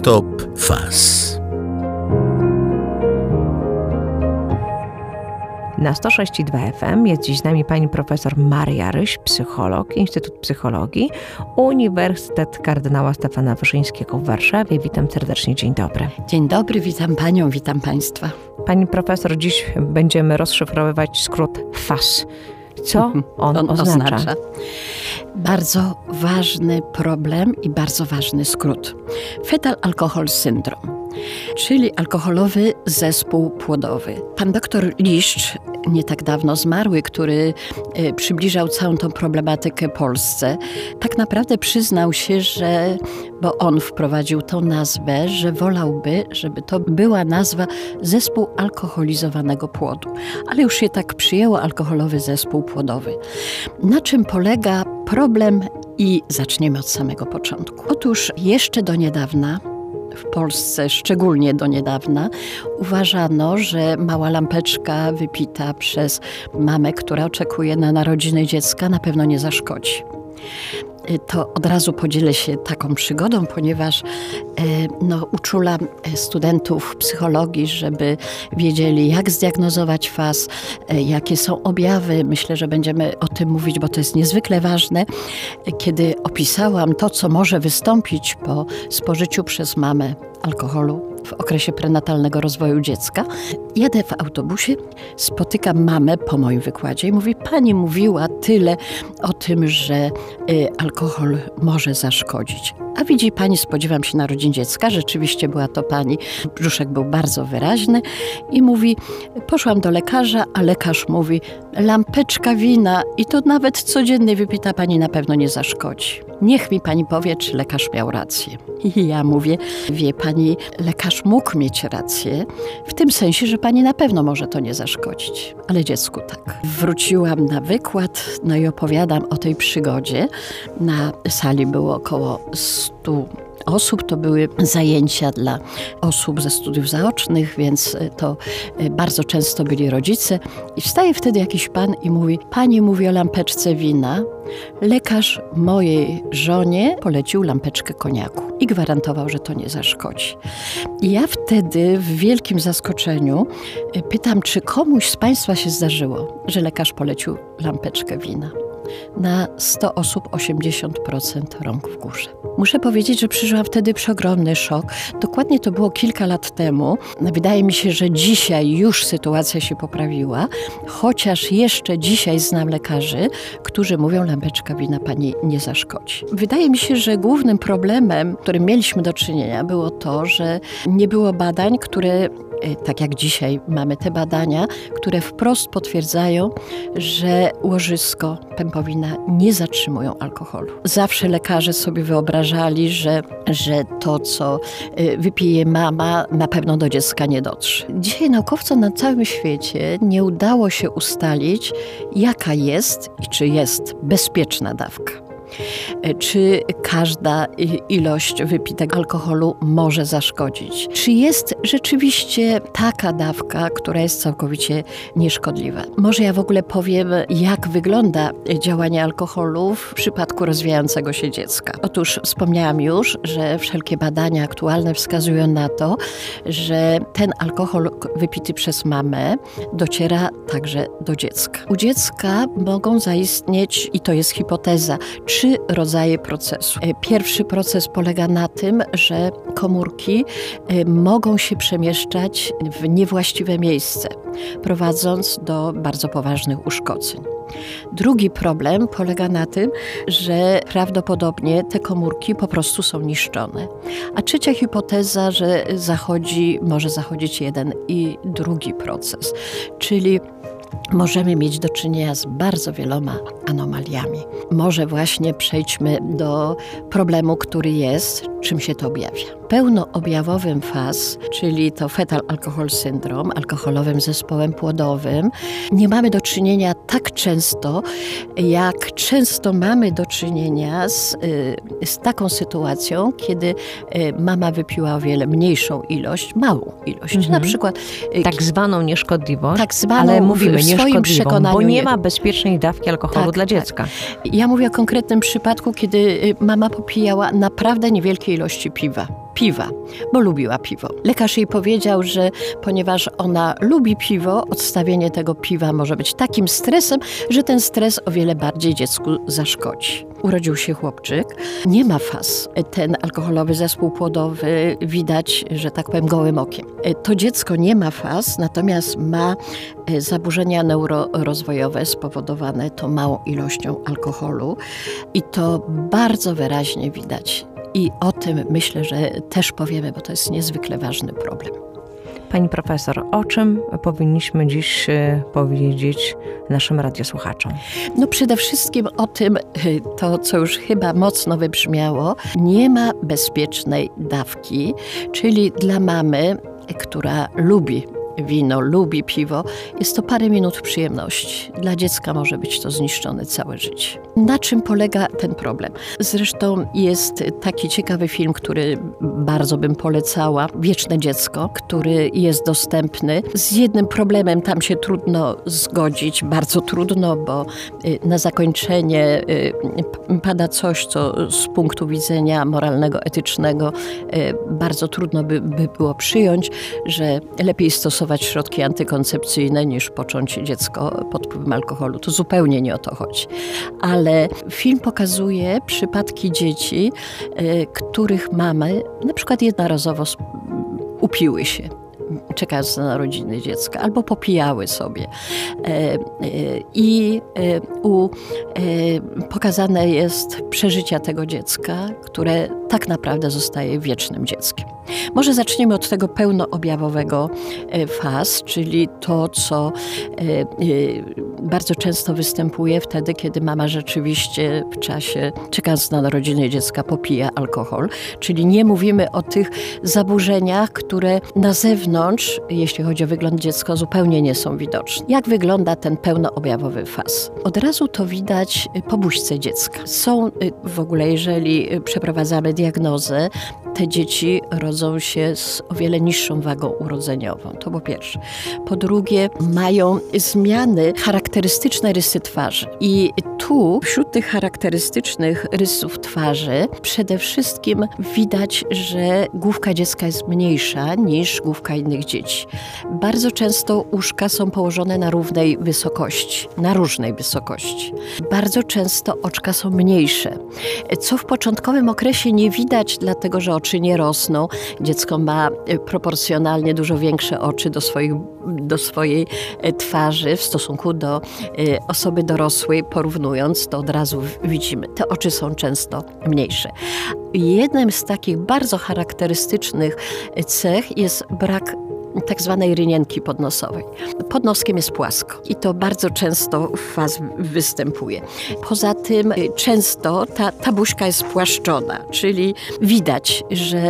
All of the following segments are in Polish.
Non-stop FAS. Na 106,2 FM jest dziś z nami pani profesor Maria Ryś, psycholog, Instytut Psychologii, Uniwersytet Kardynała Stefana Wyszyńskiego w Warszawie. Witam serdecznie, dzień dobry. Dzień dobry, witam panią, witam państwa. Pani profesor, dziś będziemy rozszyfrowywać skrót FAS. Co on oznacza? Bardzo ważny problem i bardzo ważny skrót. Fetal Alcohol Syndrome, czyli alkoholowy zespół płodowy. Pan doktor Liszcz, nie tak dawno zmarły, który przybliżał całą tą problematykę Polsce, tak naprawdę przyznał się, że, bo on wprowadził tą nazwę, że wolałby, żeby to była nazwa zespół alkoholizowanego płodu. Ale już się tak przyjęło, alkoholowy zespół płodowy. Na czym polega problem? I zaczniemy od samego początku. Otóż jeszcze do niedawna, w Polsce, szczególnie do niedawna, uważano, że mała lampeczka wypita przez mamę, która oczekuje na narodziny dziecka, na pewno nie zaszkodzi. To od razu podzielę się taką przygodą, ponieważ uczulam studentów psychologii, żeby wiedzieli, jak zdiagnozować FAS, jakie są objawy. Myślę, że będziemy o tym mówić, bo to jest niezwykle ważne. Kiedy opisałam to, co może wystąpić po spożyciu przez mamę alkoholu w okresie prenatalnego rozwoju dziecka, jadę w autobusie, spotykam mamę po moim wykładzie i mówi: pani mówiła tyle o tym, że alkohol może zaszkodzić. A widzi pani, spodziewam się narodzin dziecka, rzeczywiście była to pani, brzuszek był bardzo wyraźny i mówi: poszłam do lekarza, a lekarz mówi: lampeczka wina i to nawet codziennie wypita pani na pewno nie zaszkodzi. Niech mi pani powie, czy lekarz miał rację. I ja mówię: wie pani, lekarz mógł mieć rację, w tym sensie, że pani na pewno może to nie zaszkodzić, ale dziecku tak. Wróciłam na wykład, no i opowiadam o tej przygodzie. Na sali było około 100 osób, to były zajęcia dla osób ze studiów zaocznych, więc to bardzo często byli rodzice. I wstaje wtedy jakiś pan i mówi: pani mówi o lampeczce wina, lekarz mojej żonie polecił lampeczkę koniaku i gwarantował, że to nie zaszkodzi. I ja wtedy w wielkim zaskoczeniu pytam, czy komuś z państwa się zdarzyło, że lekarz polecił lampeczkę wina. Na 100 osób 80% rąk w górze. Muszę powiedzieć, że przeżyłam wtedy przeogromny szok. Dokładnie to było kilka lat temu. Wydaje mi się, że dzisiaj już sytuacja się poprawiła, chociaż jeszcze dzisiaj znam lekarzy, którzy mówią: lampeczka wina pani nie zaszkodzi. Wydaje mi się, że głównym problemem, którym mieliśmy do czynienia, było to, że nie było badań, które, tak jak dzisiaj mamy te badania, które wprost potwierdzają, że łożysko, pępowina nie zatrzymują alkoholu. Zawsze lekarze sobie wyobrażali, że to, co wypije mama, na pewno do dziecka nie dotrze. Dzisiaj naukowcom na całym świecie nie udało się ustalić, jaka jest i czy jest bezpieczna dawka. Czy każda ilość wypitego alkoholu może zaszkodzić? Czy jest rzeczywiście taka dawka, która jest całkowicie nieszkodliwa? Może ja w ogóle powiem, jak wygląda działanie alkoholu w przypadku rozwijającego się dziecka. Otóż wspomniałam już, że wszelkie badania aktualne wskazują na to, że ten alkohol wypity przez mamę dociera także do dziecka. U dziecka mogą zaistnieć, i to jest hipoteza, 3 rodzaje procesu. Pierwszy proces polega na tym, że komórki mogą się przemieszczać w niewłaściwe miejsce, prowadząc do bardzo poważnych uszkodzeń. Drugi problem polega na tym, że prawdopodobnie te komórki po prostu są niszczone. A trzecia hipoteza, że może zachodzić jeden i drugi proces, czyli możemy mieć do czynienia z bardzo wieloma anomaliami. Może właśnie przejdźmy do problemu, który jest, czym się to objawia. Pełnoobjawowym FAS, czyli to Fetal Alcohol Syndrome, alkoholowym zespołem płodowym, nie mamy do czynienia tak często, jak często mamy do czynienia z taką sytuacją, kiedy mama wypiła o wiele mniejszą ilość, małą ilość. Na przykład tak zwaną nieszkodliwość, tak zwaną ale mówimy nieszkodliwą, bo nie ma bezpiecznej dawki alkoholu dla dziecka. Ja mówię o konkretnym przypadku, kiedy mama popijała naprawdę niewielkie ilości piwa, bo lubiła piwo. Lekarz jej powiedział, że ponieważ ona lubi piwo, odstawienie tego piwa może być takim stresem, że ten stres o wiele bardziej dziecku zaszkodzi. Urodził się chłopczyk, nie ma faz. Ten alkoholowy zespół płodowy widać, że tak powiem, gołym okiem. To dziecko nie ma faz, natomiast ma zaburzenia neurorozwojowe spowodowane tą małą ilością alkoholu i to bardzo wyraźnie widać. I o tym myślę, że też powiemy, bo to jest niezwykle ważny problem. Pani profesor, o czym powinniśmy dziś powiedzieć naszym radiosłuchaczom? No przede wszystkim o tym, to co już chyba mocno wybrzmiało, nie ma bezpiecznej dawki, czyli dla mamy, która lubi wino, lubi piwo, jest to parę minut przyjemności. Dla dziecka może być to zniszczone całe życie. Na czym polega ten problem? Zresztą jest taki ciekawy film, który bardzo bym polecała, Wieczne dziecko, który jest dostępny. Z jednym problemem tam się trudno zgodzić, bardzo trudno, bo na zakończenie pada coś, co z punktu widzenia moralnego, etycznego bardzo trudno by było przyjąć, że lepiej stosować środki antykoncepcyjne niż począć dziecko pod wpływem alkoholu. To zupełnie nie o to chodzi. Ale film pokazuje przypadki dzieci, których mamy na przykład jednorazowo upiły się, czekając na narodziny dziecka, albo popijały sobie. I pokazane jest przeżycia tego dziecka, które tak naprawdę zostaje wiecznym dzieckiem. Może zaczniemy od tego pełnoobjawowego faz, czyli to, co bardzo często występuje wtedy, kiedy mama rzeczywiście w czasie, czekając na narodziny dziecka, popija alkohol. Czyli nie mówimy o tych zaburzeniach, które na zewnątrz, jeśli chodzi o wygląd dziecka, zupełnie nie są widoczne. Jak wygląda ten pełnoobjawowy faz? Od razu to widać po buźce dziecka. Są w ogóle, jeżeli przeprowadzamy diagnozę, te dzieci rodzą się z o wiele niższą wagą urodzeniową. To po pierwsze. Po drugie, mają zmiany, charakterystyczne rysy twarzy. I tu, wśród tych charakterystycznych rysów twarzy, przede wszystkim widać, że główka dziecka jest mniejsza niż główka innych dzieci. Bardzo często uszka są położone na równej wysokości, na różnej wysokości. Bardzo często oczka są mniejsze, co w początkowym okresie nie widać, dlatego że oczy nie rosną. Dziecko ma proporcjonalnie dużo większe oczy do swojej twarzy w stosunku do osoby dorosłej. Porównując, to od razu widzimy, te oczy są często mniejsze. Jednym z takich bardzo charakterystycznych cech jest brak tak zwanej rynienki podnosowej. Pod noskiem jest płasko i to bardzo często w faz występuje. Poza tym często ta buźka jest spłaszczona, czyli widać,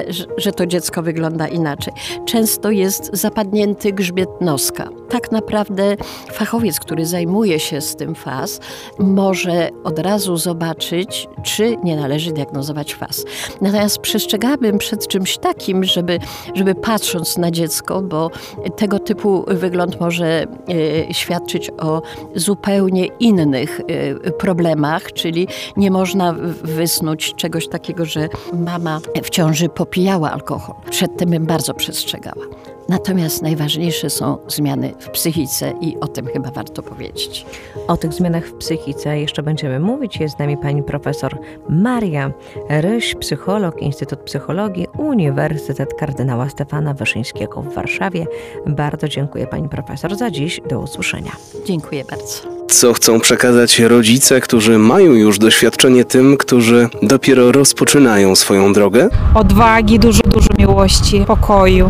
że to dziecko wygląda inaczej. Często jest zapadnięty grzbiet noska. Tak naprawdę fachowiec, który zajmuje się z tym faz, może od razu zobaczyć, czy nie należy diagnozować faz. Natomiast przestrzegałabym przed czymś takim, żeby patrząc na dziecko, bo tego typu wygląd może świadczyć o zupełnie innych problemach, czyli nie można wysnuć czegoś takiego, że mama w ciąży popijała alkohol. Przed tym bym bardzo przestrzegała. Natomiast najważniejsze są zmiany w psychice i o tym chyba warto powiedzieć. O tych zmianach w psychice jeszcze będziemy mówić. Jest z nami pani profesor Maria Ryś, psycholog, Instytut Psychologii, Uniwersytet Kardynała Stefana Wyszyńskiego w Warszawie. Bardzo dziękuję pani profesor za dziś. Do usłyszenia. Dziękuję bardzo. Co chcą przekazać rodzice, którzy mają już doświadczenie tym, którzy dopiero rozpoczynają swoją drogę? Odwagi, dużo miłości, pokoju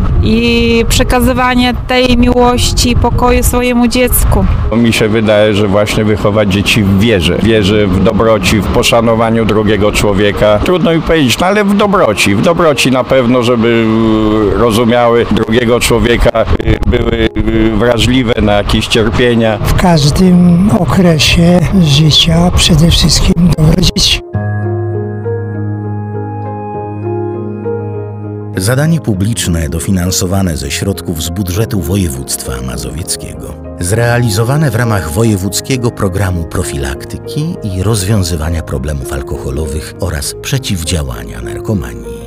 i przekazywanie tej miłości i pokoju swojemu dziecku. Mi się wydaje, że właśnie wychować dzieci w wierze. Wierze w dobroci, w poszanowaniu drugiego człowieka. Trudno mi powiedzieć, no ale w dobroci na pewno, żeby rozumiały drugiego człowieka, były wrażliwe na jakieś cierpienia. W każdym okresie życia przede wszystkim dobro dzieci. Zadanie publiczne dofinansowane ze środków z budżetu województwa mazowieckiego. zrealizowane w ramach Wojewódzkiego Programu Profilaktyki i Rozwiązywania Problemów Alkoholowych oraz Przeciwdziałania Narkomanii.